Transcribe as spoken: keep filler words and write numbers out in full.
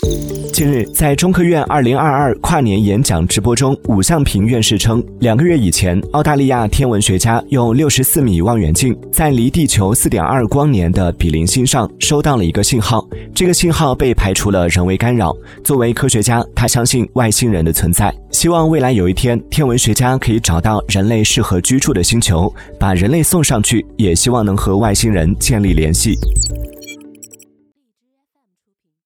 近日，在中科院二零二二跨年演讲直播中，武向平院士称，两个月以前，澳大利亚天文学家用六十四米望远镜在离地球 四点二光年的比邻星上收到了一个信号，这个信号被排除了人为干扰。作为科学家，他相信外星人的存在，希望未来有一天，天文学家可以找到人类适合居住的星球，把人类送上去，也希望能和外星人建立联系。